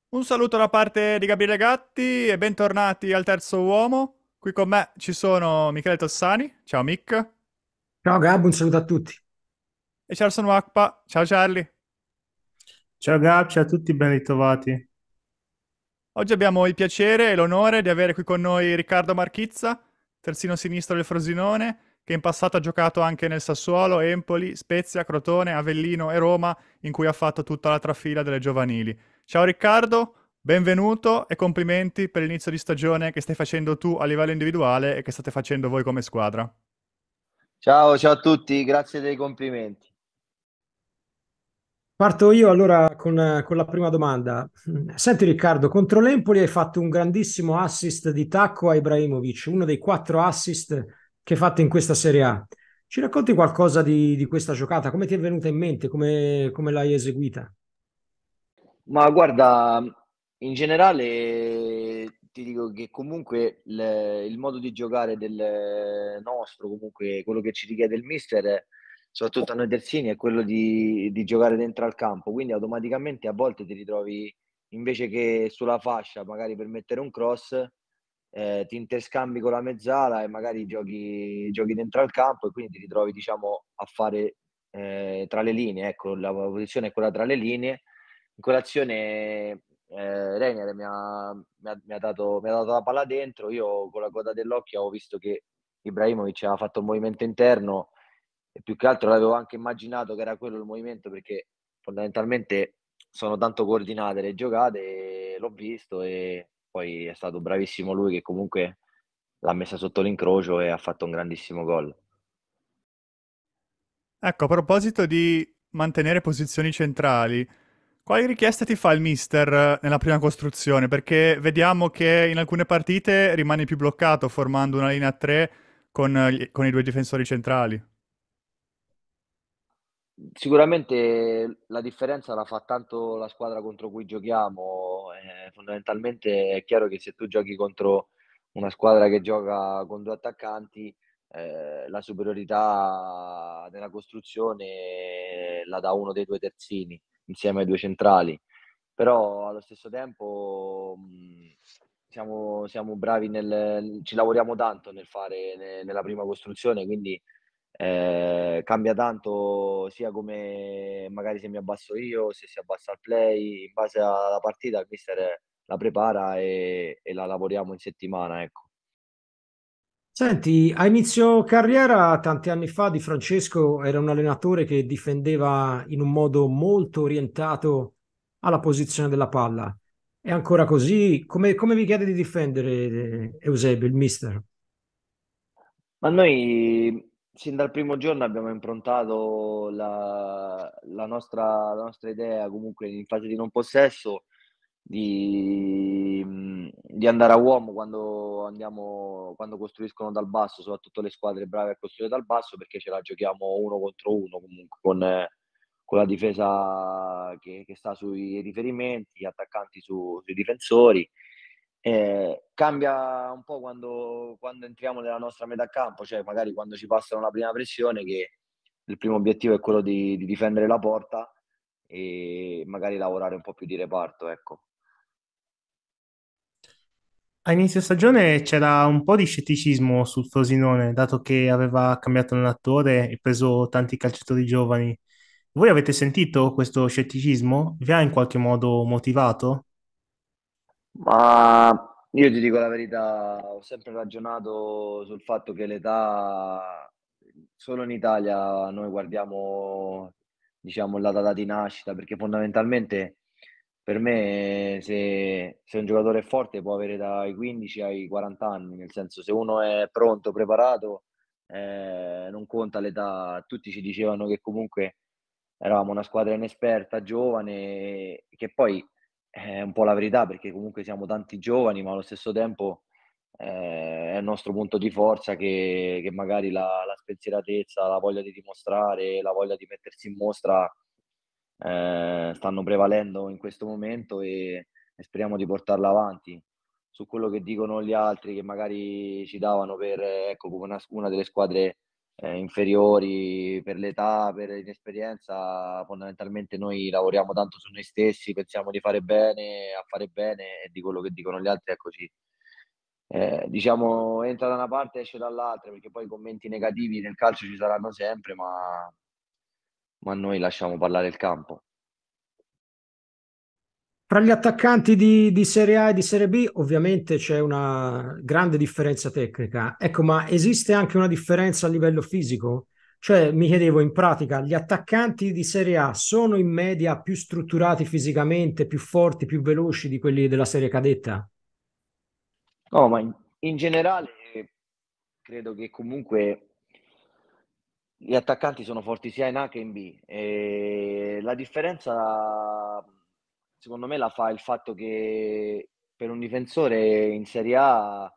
Un saluto da parte di Gabriele Gatti e bentornati al Terzo Uomo. Qui con me ci sono Michele Tossani, ciao Mick, Ciao Gab, un saluto a tutti. e Charles Wakpa, ciao Charlie. Ciao Gab, ciao a tutti, ben ritrovati. Oggi abbiamo il piacere e l'onore di avere qui con noi Riccardo Marchizza, terzino sinistro del Frosinone, che in passato ha giocato anche nel Sassuolo, Empoli, Spezia, Crotone, Avellino e Roma, in cui ha fatto tutta la trafila delle giovanili. Ciao Riccardo, benvenuto e complimenti per l'inizio di stagione che stai facendo tu a livello individuale e che state facendo voi come squadra. Ciao, ciao a tutti, grazie dei complimenti. Parto io allora con la prima domanda. Senti Riccardo, contro l'Empoli hai fatto un grandissimo assist di tacco a Ibrahimovic, uno dei 4 assist che hai fatto in questa Serie A. Ci racconti qualcosa di questa giocata? Come ti è venuta in mente? Come l'hai eseguita? Ma guarda, in generale ti dico che comunque il modo di giocare del nostro, comunque quello che ci richiede il mister, soprattutto a noi terzini, è quello di giocare dentro al campo. Quindi automaticamente a volte ti ritrovi invece che sulla fascia, magari per mettere un cross, ti interscambi con la mezzala e magari giochi dentro al campo e quindi ti ritrovi, diciamo, a fare tra le linee. Ecco, la posizione è quella tra le linee. In quell'azione Reiner mi ha dato la palla dentro, io con la coda dell'occhio ho visto che Ibrahimovic aveva fatto un movimento interno e più che altro l'avevo anche immaginato che era quello il movimento perché fondamentalmente sono tanto coordinate le giocate, l'ho visto e poi è stato bravissimo lui che comunque l'ha messa sotto l'incrocio e ha fatto un grandissimo gol. Ecco, a proposito di mantenere posizioni centrali, quali richieste ti fa il mister nella prima costruzione? Perché vediamo che in alcune partite rimani più bloccato formando una linea a 3 con i due difensori centrali. Sicuramente la differenza la fa tanto la squadra contro cui giochiamo. Fondamentalmente è chiaro che se tu giochi contro una squadra che gioca con due attaccanti, la superiorità nella costruzione la dà uno dei due terzini insieme ai due centrali. Però allo stesso tempo siamo bravi ci lavoriamo tanto nel fare nella prima costruzione, quindi cambia tanto sia come magari se mi abbasso io, se si abbassa il play, in base alla partita il mister la prepara e la lavoriamo in settimana, ecco. Senti, a inizio carriera, tanti anni fa, Di Francesco era un allenatore che difendeva in un modo molto orientato alla posizione della palla. È ancora così? Come vi chiede di difendere Eusebio, il mister? Ma noi sin dal primo giorno abbiamo improntato la nostra idea comunque in fase di non possesso di andare a uomo quando costruiscono dal basso, soprattutto le squadre brave a costruire dal basso, perché ce la giochiamo uno contro uno comunque con la difesa che sta sui riferimenti, gli attaccanti sui difensori. Cambia un po' quando entriamo nella nostra metà campo, cioè magari quando ci passano la prima pressione, che il primo obiettivo è quello di difendere la porta e magari lavorare un po' più di reparto, ecco. A inizio stagione c'era un po' di scetticismo sul Frosinone, dato che aveva cambiato allenatore e preso tanti calciatori giovani. Voi avete sentito questo scetticismo? Vi ha in qualche modo motivato? Ma io ti dico la verità, ho sempre ragionato sul fatto che l'età, solo in Italia noi guardiamo, diciamo, la data di nascita, perché fondamentalmente per me se un giocatore è forte può avere dai 15 ai 40 anni, nel senso se uno è pronto, preparato, non conta l'età. Tutti ci dicevano che comunque eravamo una squadra inesperta, giovane, che poi è un po' la verità perché comunque siamo tanti giovani, ma allo stesso tempo è il nostro punto di forza che magari la spensieratezza, la voglia di dimostrare, la voglia di mettersi in mostra stanno prevalendo in questo momento e speriamo di portarla avanti. Su quello che dicono gli altri che magari ci davano per, ecco, come una delle squadre inferiori per l'età, per l'inesperienza. Fondamentalmente noi lavoriamo tanto su noi stessi, pensiamo di fare bene, a fare bene, e di quello che dicono gli altri è così. Diciamo, entra da una parte e esce dall'altra, perché poi i commenti negativi nel calcio ci saranno sempre, ma noi lasciamo parlare il campo. Fra gli attaccanti di Serie A e di Serie B, ovviamente c'è una grande differenza tecnica. Ecco, ma esiste anche una differenza a livello fisico? Cioè, mi chiedevo, in pratica, gli attaccanti di Serie A sono in media più strutturati fisicamente, più forti, più veloci di quelli della serie cadetta? No, ma in generale credo che comunque gli attaccanti sono forti sia in A che in B. E la differenza, secondo me, la fa il fatto che per un difensore in Serie A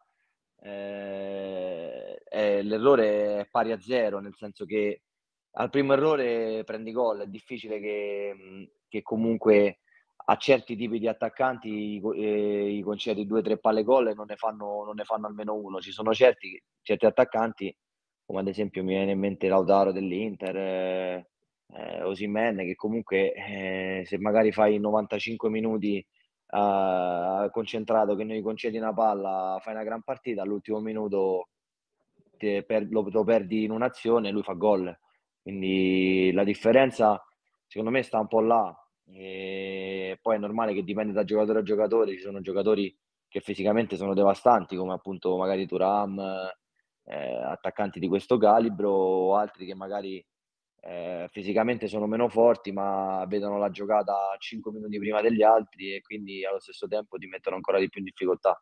l'errore è pari a zero, nel senso che al primo errore prendi gol. È difficile che comunque a certi tipi di attaccanti gli concedi 2 o 3 palle gol e non ne fanno almeno uno. Ci sono certi attaccanti, come ad esempio mi viene in mente Lautaro dell'Inter, Osimhen, che comunque se magari fai 95 minuti concentrato, che noi concedi una palla, fai una gran partita, all'ultimo minuto lo perdi in un'azione e lui fa gol. Quindi la differenza secondo me sta un po' là. E poi è normale che dipende da giocatore a giocatore. Ci sono giocatori che fisicamente sono devastanti, come appunto magari Thuram, attaccanti di questo calibro, o altri che magari fisicamente sono meno forti, ma vedono la giocata 5 minuti prima degli altri e quindi allo stesso tempo ti mettono ancora di più in difficoltà.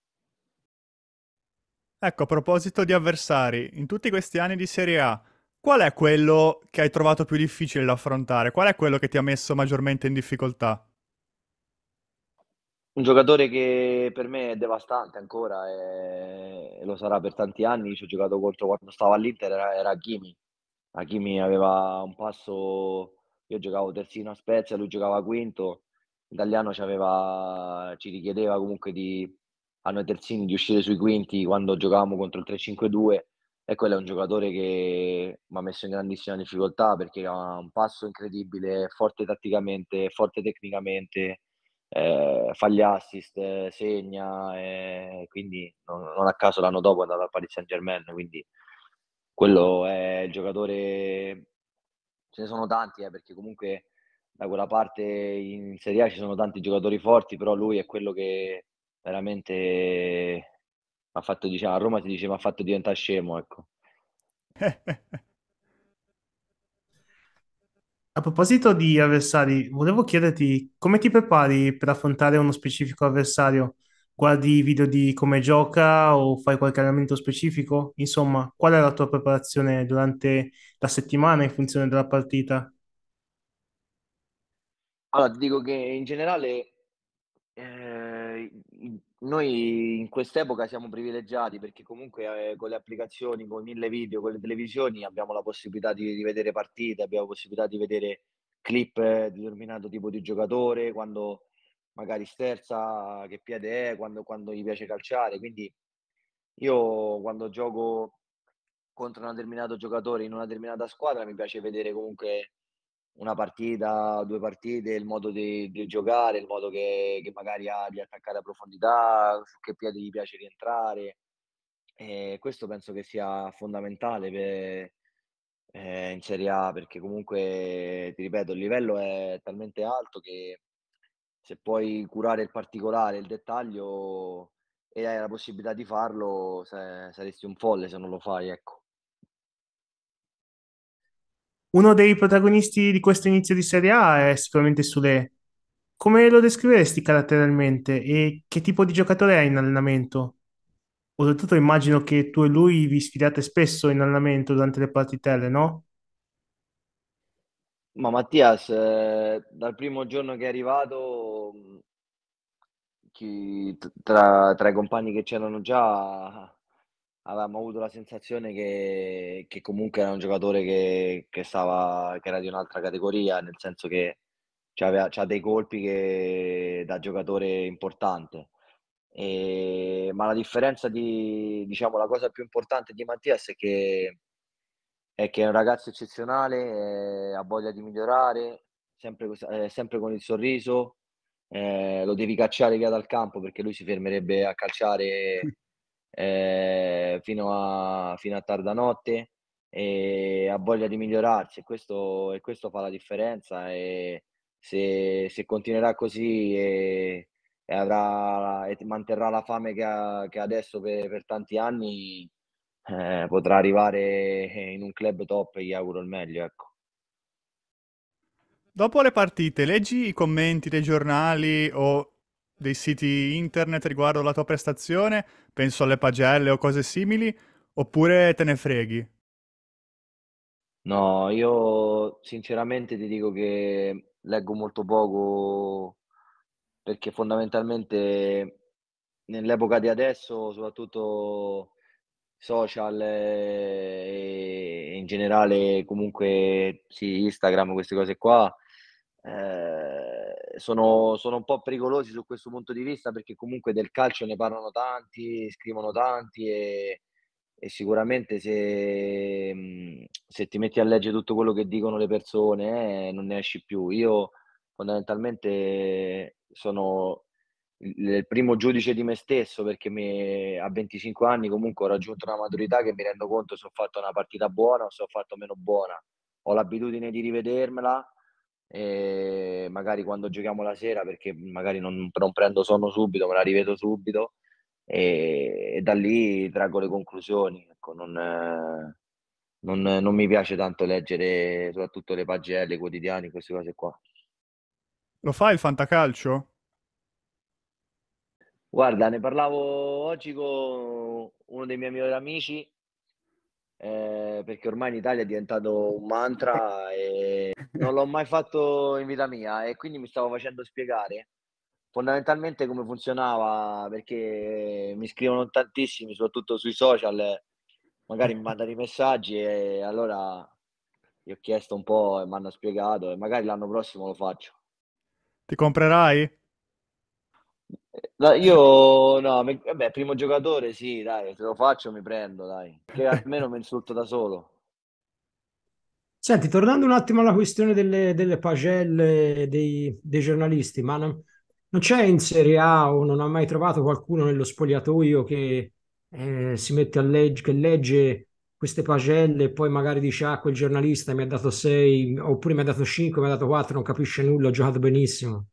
Ecco, a proposito di avversari, in tutti questi anni di Serie A, qual è quello che hai trovato più difficile da affrontare? Qual è quello che ti ha messo maggiormente in difficoltà? Un giocatore che per me è devastante ancora e lo sarà per tanti anni. Ci ho giocato contro quando stavo all'Inter, era Hakimi. Hakimi aveva un passo, io giocavo terzino a Spezia, lui giocava quinto. L'italiano ci richiedeva comunque a noi terzini di uscire sui quinti quando giocavamo contro il 3-5-2, e quello è un giocatore che mi ha messo in grandissima difficoltà perché ha un passo incredibile, forte tatticamente, forte tecnicamente, fa gli assist, segna, quindi non a caso l'anno dopo è andato al Paris Saint-Germain, quindi quello è il giocatore. Ce ne sono tanti, perché comunque da quella parte in Serie A ci sono tanti giocatori forti, però lui è quello che veramente mi ha fatto, diciamo, a Roma si dice mi ha fatto diventare scemo, ecco. A proposito di avversari, volevo chiederti come ti prepari per affrontare uno specifico avversario? Guardi video di come gioca o fai qualche allenamento specifico? Insomma, qual è la tua preparazione durante la settimana in funzione della partita? Allora, ti dico che in generale noi in quest'epoca siamo privilegiati perché comunque con le applicazioni, con 1000 video, con le televisioni abbiamo la possibilità di vedere partite, abbiamo la possibilità di vedere clip di determinato tipo di giocatore, quando magari sterza, che piede è, quando gli piace calciare. Quindi io quando gioco contro un determinato giocatore in una determinata squadra mi piace vedere comunque una partita, 2 partite, il modo di giocare, il modo che magari ha di attaccare a profondità, su che piede gli piace rientrare. Questo penso che sia fondamentale in Serie A, perché comunque, ti ripeto, il livello è talmente alto che se puoi curare il particolare, il dettaglio e hai la possibilità di farlo, saresti un folle se non lo fai, ecco. Uno dei protagonisti di questo inizio di Serie A è sicuramente Sule. Come lo descriveresti caratterialmente e che tipo di giocatore è in allenamento? Oltretutto immagino che tu e lui vi sfidiate spesso in allenamento durante le partitelle, no? Ma Mattias, dal primo giorno che è arrivato, tra i compagni che c'erano già, avevamo avuto la sensazione che comunque era un giocatore che era di un'altra categoria, nel senso che c'ha dei colpi da giocatore importante. Ma la differenza diciamo, la cosa più importante di Mattias è che è che è un ragazzo eccezionale, ha voglia di migliorare, sempre con il sorriso. Lo devi cacciare via dal campo perché lui si fermerebbe a calciare fino a tarda notte, e ha voglia di migliorarsi, e questo fa la differenza. E se continuerà così e manterrà la fame che ha adesso per tanti anni, potrà arrivare in un club top, gli auguro il meglio, ecco. Dopo le partite, leggi i commenti dei giornali o dei siti internet riguardo la tua prestazione? Penso alle pagelle o cose simili, oppure te ne freghi? No, io sinceramente ti dico che leggo molto poco, perché fondamentalmente nell'epoca di adesso, soprattutto social, e in generale comunque sì, Instagram, queste cose qua, sono un po' pericolosi su questo punto di vista, perché comunque del calcio ne parlano tanti, scrivono tanti, e sicuramente se ti metti a leggere tutto quello che dicono le persone, non ne esci più. Io fondamentalmente sono il primo giudice di me stesso, perché a 25 anni comunque ho raggiunto una maturità che mi rendo conto se ho fatto una partita buona o se ho fatto meno buona. Ho l'abitudine di rivedermela, e magari quando giochiamo la sera, perché magari non prendo sonno subito, me la rivedo subito, e da lì traggo le conclusioni. Ecco, non mi piace tanto leggere soprattutto le pagelle, i quotidiani, queste cose qua. Lo fai il fantacalcio? Guarda, ne parlavo oggi con uno dei miei migliori amici, perché ormai in Italia è diventato un mantra e non l'ho mai fatto in vita mia, e quindi mi stavo facendo spiegare fondamentalmente come funzionava, perché mi scrivono tantissimi, soprattutto sui social, magari mi mandano i messaggi, e allora gli ho chiesto un po' e mi hanno spiegato, e magari l'anno prossimo lo faccio. Ti comprerai? No, io no, vabbè, primo giocatore sì, dai, se lo faccio mi prendo, dai, che almeno mi insulto da solo. Senti, tornando un attimo alla questione delle pagelle dei giornalisti, ma non c'è in Serie A o non ha mai trovato qualcuno nello spogliatoio che si mette a leggere, che legge queste pagelle e poi magari dice, ah, quel giornalista mi ha dato 6, oppure mi ha dato 5, mi ha dato 4, non capisce nulla, ho giocato benissimo.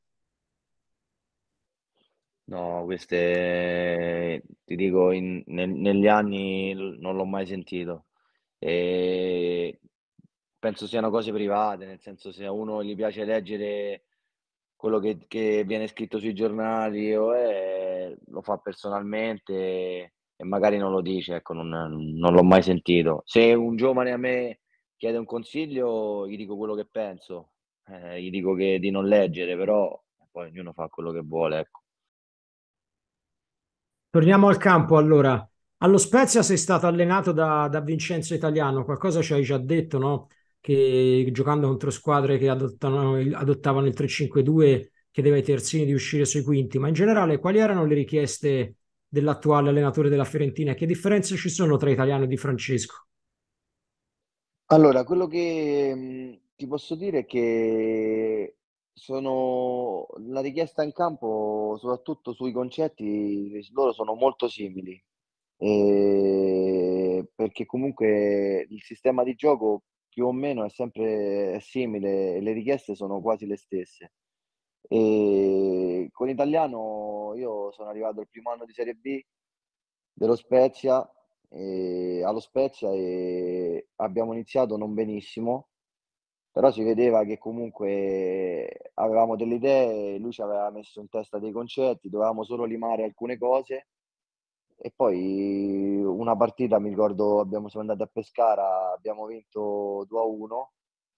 No, queste ti dico, negli anni non l'ho mai sentito. E penso siano cose private, nel senso, se a uno gli piace leggere quello che viene scritto sui giornali, lo fa personalmente, e magari non lo dice, ecco, non l'ho mai sentito. Se un giovane a me chiede un consiglio, gli dico quello che penso, gli dico di non leggere, però poi ognuno fa quello che vuole, ecco. Torniamo al campo allora. Allo Spezia sei stato allenato da Vincenzo Italiano, qualcosa ci hai già detto, no? Che giocando contro squadre che adottavano il 3-5-2 chiedeva ai terzini di uscire sui quinti, ma in generale quali erano le richieste dell'attuale allenatore della Fiorentina? Che differenze ci sono tra Italiano e Di Francesco? Allora, quello che ti posso dire è che la richiesta in campo, soprattutto sui concetti, loro sono molto simili. Perché comunque il sistema di gioco più o meno è simile, e le richieste sono quasi le stesse. E con Italiano io sono arrivato al primo anno di Serie B dello Spezia, allo Spezia, e abbiamo iniziato non benissimo, però si vedeva che comunque avevamo delle idee, lui ci aveva messo in testa dei concetti, dovevamo solo limare alcune cose. E poi una partita, mi ricordo, siamo andati a Pescara, abbiamo vinto 2-1,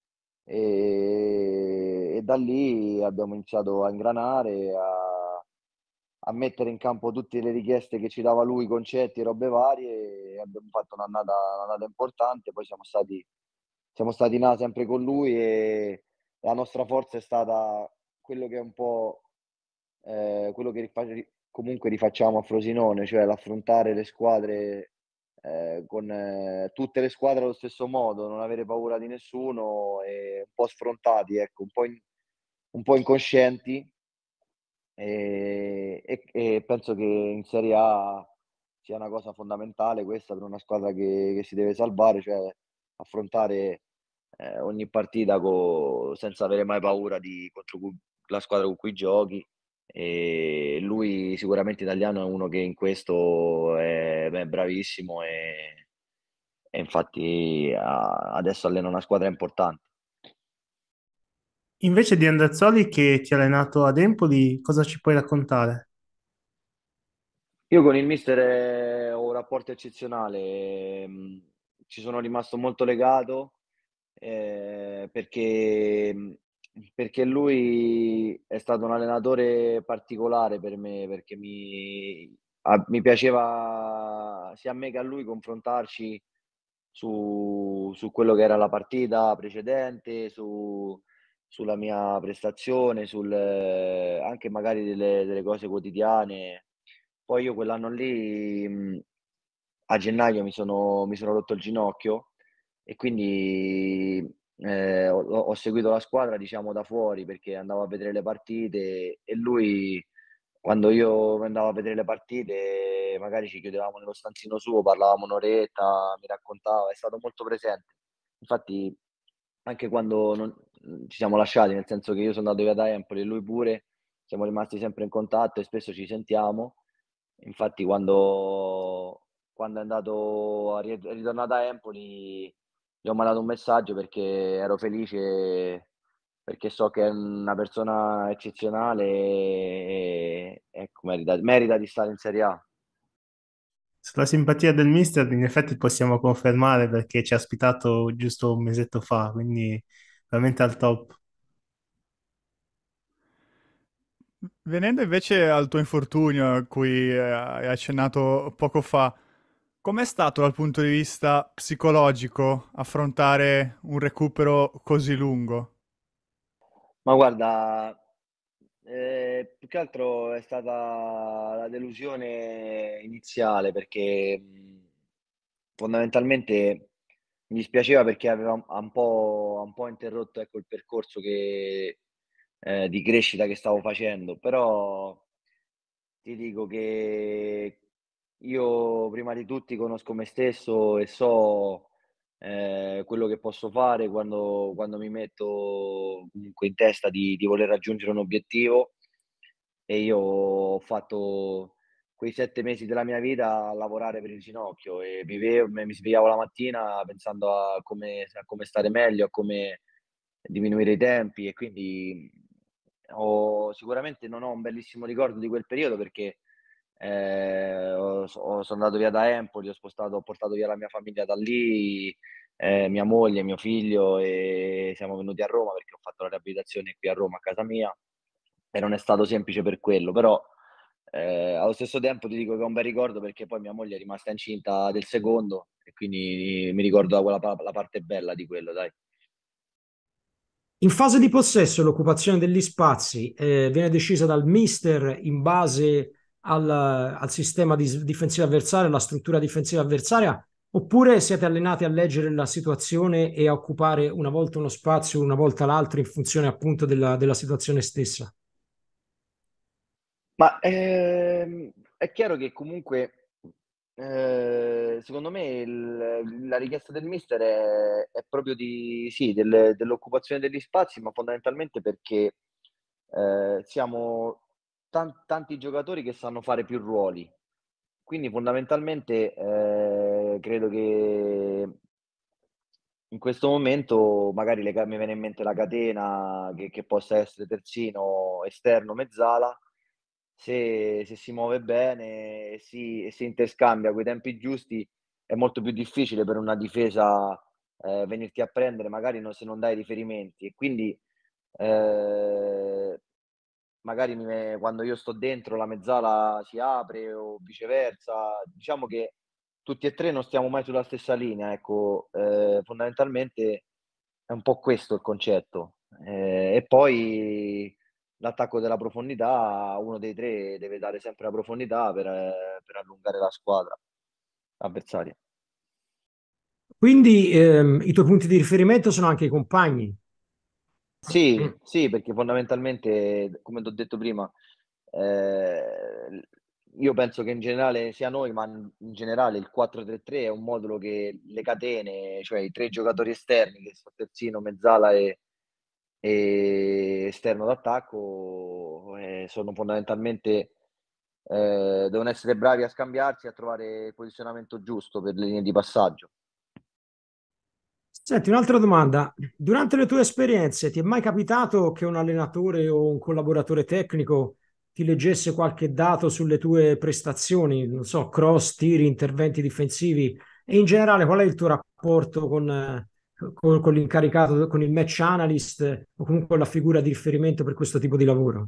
e da lì abbiamo iniziato a ingranare, a mettere in campo tutte le richieste che ci dava lui, concetti, robe varie, e abbiamo fatto un'annata importante. Poi siamo stati là sempre con lui, e la nostra forza è stata quello che è un po' quello che comunque rifacciamo a Frosinone, cioè l'affrontare le squadre con tutte le squadre allo stesso modo, non avere paura di nessuno e un po' sfrontati, ecco, un po' incoscienti. E penso che in Serie A sia una cosa fondamentale questa per una squadra che si deve salvare, cioè affrontare ogni partita senza avere mai paura la squadra con cui giochi. E lui sicuramente italiano è uno che in questo è bravissimo e infatti adesso allena una squadra importante. Invece di Andreazzoli che ti ha allenato ad Empoli, cosa ci puoi raccontare? Io con il mister ho un rapporto eccezionale, ci sono rimasto molto legato perché lui è stato un allenatore particolare per me, perché mi piaceva sia a me che a lui confrontarci su quello che era la partita precedente, sulla mia prestazione, anche magari delle cose quotidiane. Poi io quell'anno lì, a gennaio mi sono rotto il ginocchio e quindi ho seguito la squadra, diciamo, da fuori perché andavo a vedere le partite e lui, quando io andavo a vedere le partite, magari ci chiudevamo nello stanzino suo, parlavamo un'oretta, mi raccontava, è stato molto presente. Infatti, anche quando ci siamo lasciati, nel senso che io sono andato via da Empoli e lui pure, siamo rimasti sempre in contatto e spesso ci sentiamo. Infatti, quando è ritornato a Empoli, gli ho mandato un messaggio perché ero felice, perché so che è una persona eccezionale e ecco, merita di stare in Serie A. Sulla simpatia del mister, in effetti possiamo confermare perché ci ha ospitato giusto un mesetto fa, quindi veramente al top. Venendo invece al tuo infortunio a cui hai accennato poco fa, com'è stato dal punto di vista psicologico affrontare un recupero così lungo? Ma guarda, più che altro è stata la delusione iniziale perché fondamentalmente mi dispiaceva perché aveva un po' interrotto, ecco, il percorso di crescita che stavo facendo, però ti dico che io prima di tutti conosco me stesso e so quello che posso fare quando mi metto comunque in testa di voler raggiungere un obiettivo e io ho fatto quei 7 mesi della mia vita a lavorare per il ginocchio e mi svegliavo la mattina pensando a come stare meglio, a come diminuire i tempi e quindi sicuramente non ho un bellissimo ricordo di quel periodo perché sono andato via da Empoli, ho portato via la mia famiglia da lì, mia moglie, mio figlio e siamo venuti a Roma perché ho fatto la riabilitazione qui a Roma, a casa mia e non è stato semplice per quello, però allo stesso tempo ti dico che è un bel ricordo perché poi mia moglie è rimasta incinta del secondo e quindi mi ricordo la parte bella di quello, dai. In fase di possesso l'occupazione degli spazi viene decisa dal mister in base al sistema difensivo avversario, alla struttura difensiva avversaria, oppure siete allenati a leggere la situazione e a occupare una volta uno spazio, una volta l'altro in funzione appunto della situazione stessa? Ma è chiaro che comunque, secondo me, la richiesta del mister è proprio sì, dell'occupazione degli spazi, ma fondamentalmente perché siamo tanti giocatori che sanno fare più ruoli. Quindi fondamentalmente credo che in questo momento magari mi viene in mente la catena che possa essere terzino, esterno, mezzala, se si muove bene e si interscambia coi tempi giusti, è molto più difficile per una difesa venirti a prendere, magari se non dai riferimenti. E quindi eh, magari quando io sto dentro la mezzala si apre o viceversa. Diciamo che tutti e tre non stiamo mai sulla stessa linea, ecco, fondamentalmente è un po' questo il concetto. E poi l'attacco della profondità, uno dei tre deve dare sempre la profondità per allungare la squadra avversaria. Quindi i tuoi punti di riferimento sono anche i compagni. Sì, sì, perché fondamentalmente, come ti ho detto prima, eh, io penso che in generale sia noi, ma in generale il 4-3-3 è un modulo che le catene, cioè i tre giocatori esterni, che sono terzino, mezzala e esterno d'attacco, sono fondamentalmente, devono essere bravi a scambiarsi e a trovare il posizionamento giusto per le linee di passaggio. Senti, un'altra domanda. Durante le tue esperienze ti è mai capitato che un allenatore o un collaboratore tecnico ti leggesse qualche dato sulle tue prestazioni, non so, cross, tiri, interventi difensivi e in generale qual è il tuo rapporto con l'incaricato, con il match analyst o comunque la figura di riferimento per questo tipo di lavoro?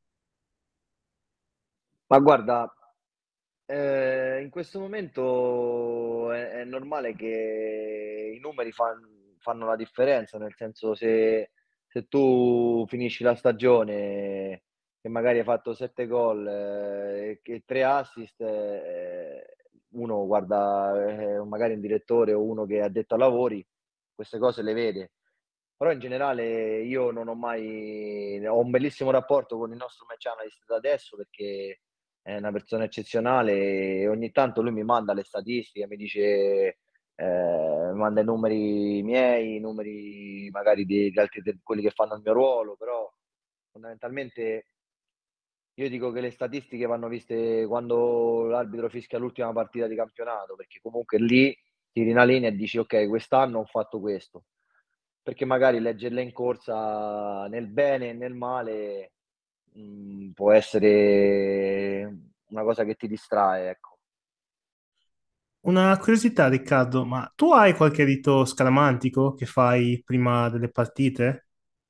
Ma guarda, in questo momento è normale che i numeri fanno la differenza, nel senso se tu finisci la stagione e magari hai fatto 7 gol e 3 assist, uno guarda magari un direttore o uno che è addetto ai lavori, queste cose le vede. Però in generale io non ho mai... ho un bellissimo rapporto con il nostro match analyst da adesso perché è una persona eccezionale e ogni tanto lui mi manda le statistiche, mi dice, mi manda i numeri miei, i numeri magari di altri, quelli che fanno il mio ruolo, però fondamentalmente io dico che le statistiche vanno viste quando l'arbitro fischia l'ultima partita di campionato, perché comunque lì tiri una linea e dici ok, quest'anno ho fatto questo, perché magari leggerle in corsa nel bene e nel male può essere una cosa che ti distrae, ecco. Una curiosità, Riccardo, ma tu hai qualche rito scaramantico che fai prima delle partite?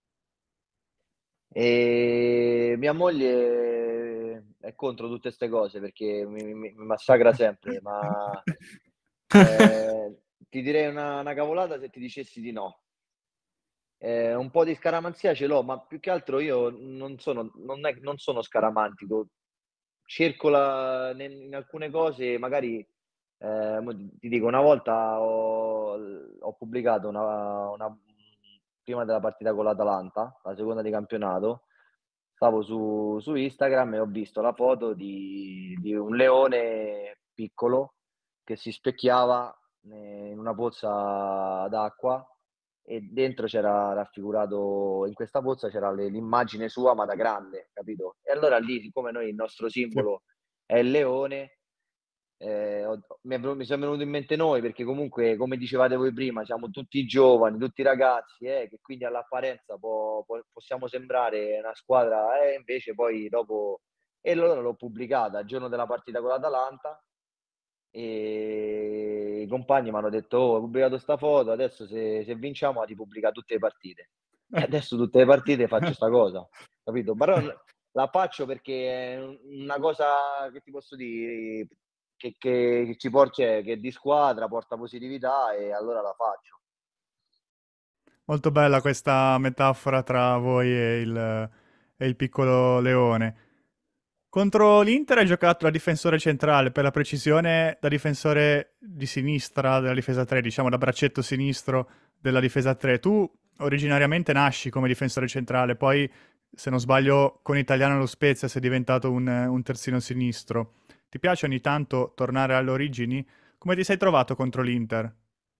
E mia moglie è contro tutte queste cose perché mi massacra sempre, ma ti direi una cavolata se ti dicessi di no. Un po' di scaramanzia ce l'ho, ma più che altro io non sono scaramantico. Cerco in alcune cose, magari mo ti dico, una volta ho pubblicato prima della partita con l'Atalanta, la seconda di campionato, stavo su Instagram e ho visto la foto di un leone piccolo che si specchiava in una pozza d'acqua e dentro c'era raffigurato, in questa pozza c'era l'immagine sua ma da grande, capito? E allora lì, siccome noi il nostro Sì. simbolo è il leone, mi sono venuto in mente noi, perché comunque, come dicevate voi prima, siamo tutti giovani, tutti ragazzi, che quindi all'apparenza possiamo sembrare una squadra, invece poi dopo... E allora l'ho pubblicata il giorno della partita con l'Atalanta e i compagni mi hanno detto, oh, hai pubblicato sta foto, adesso se vinciamo la ti pubblica tutte le partite. E adesso tutte le partite faccio sta cosa, capito? Però la faccio perché è una cosa che ti posso dire, che ci porta, cioè, che di squadra porta positività e allora la faccio. Molto bella questa metafora tra voi e il piccolo leone. Contro l'Inter hai giocato da difensore centrale, per la precisione da difensore di sinistra della difesa 3, diciamo da braccetto sinistro della difesa 3. Tu originariamente nasci come difensore centrale, poi se non sbaglio con Italiano allo Spezia sei diventato un terzino sinistro. Ti piace ogni tanto tornare alle origini? Come ti sei trovato contro l'Inter?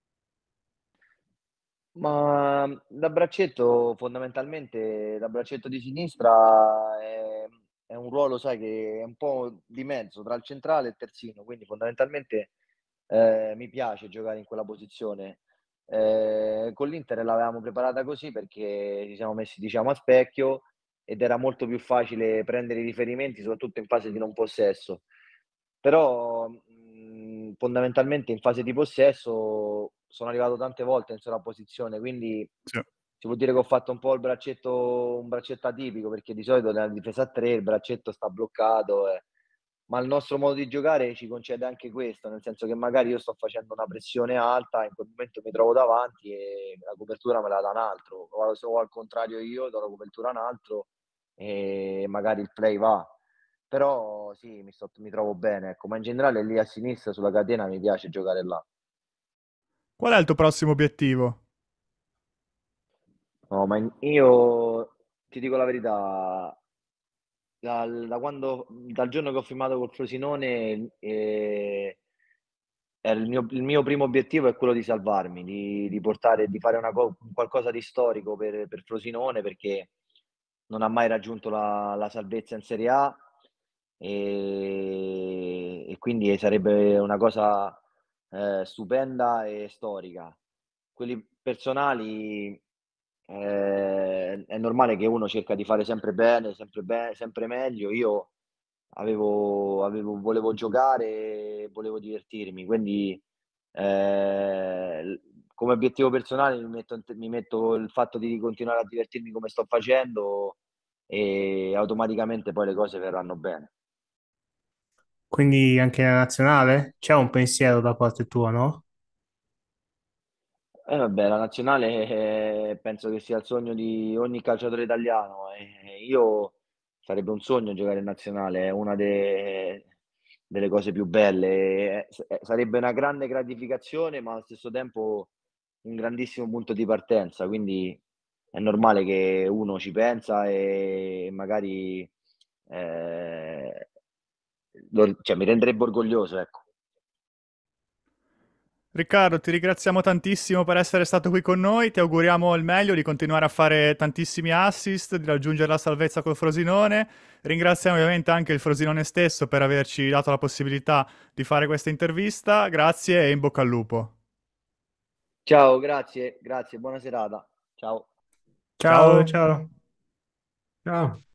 Ma da braccetto, fondamentalmente, da braccetto di sinistra è un ruolo, sai, che è un po' di mezzo tra il centrale e il terzino, quindi fondamentalmente mi piace giocare in quella posizione. Con l'Inter l'avevamo preparata così perché ci siamo messi, diciamo, a specchio ed era molto più facile prendere i riferimenti, soprattutto in fase di non possesso. Però fondamentalmente in fase di possesso sono arrivato tante volte in sola posizione, quindi Sì. si può dire che ho fatto un po' un braccetto atipico, perché di solito nella difesa a 3 il braccetto sta bloccato, ma il nostro modo di giocare ci concede anche questo, nel senso che magari io sto facendo una pressione alta, in quel momento mi trovo davanti e la copertura me la dà un altro, o al contrario io do la copertura a un altro e magari il play va. Però sì, mi trovo bene, ecco, ma in generale lì a sinistra sulla catena mi piace giocare là. Qual è il tuo prossimo obiettivo? No, ma io ti dico la verità, dal giorno che ho firmato col Frosinone, il mio primo obiettivo è quello di salvarmi, di portare, di fare qualcosa di storico per Frosinone, perché non ha mai raggiunto la salvezza in Serie A, e quindi sarebbe una cosa stupenda e storica. Quelli personali, è normale che uno cerca di fare sempre bene, sempre meglio. Io volevo giocare, volevo divertirmi, quindi come obiettivo personale mi metto il fatto di continuare a divertirmi come sto facendo, e automaticamente poi le cose verranno bene. Quindi anche nella nazionale c'è un pensiero da parte tua, no? Vabbè, la nazionale, penso che sia il sogno di ogni calciatore italiano. Io sarebbe un sogno giocare in nazionale, è una delle cose più belle. Sarebbe una grande gratificazione, ma allo stesso tempo un grandissimo punto di partenza. Quindi è normale che uno ci pensa e magari cioè, mi renderebbe orgoglioso, ecco. Riccardo, ti ringraziamo tantissimo per essere stato qui con noi, ti auguriamo il meglio, di continuare a fare tantissimi assist, di raggiungere la salvezza col Frosinone. Ringraziamo ovviamente anche il Frosinone stesso per averci dato la possibilità di fare questa intervista. Grazie e in bocca al lupo. Ciao, grazie, buona serata. Ciao. Ciao, Ciao! ciao. Ciao.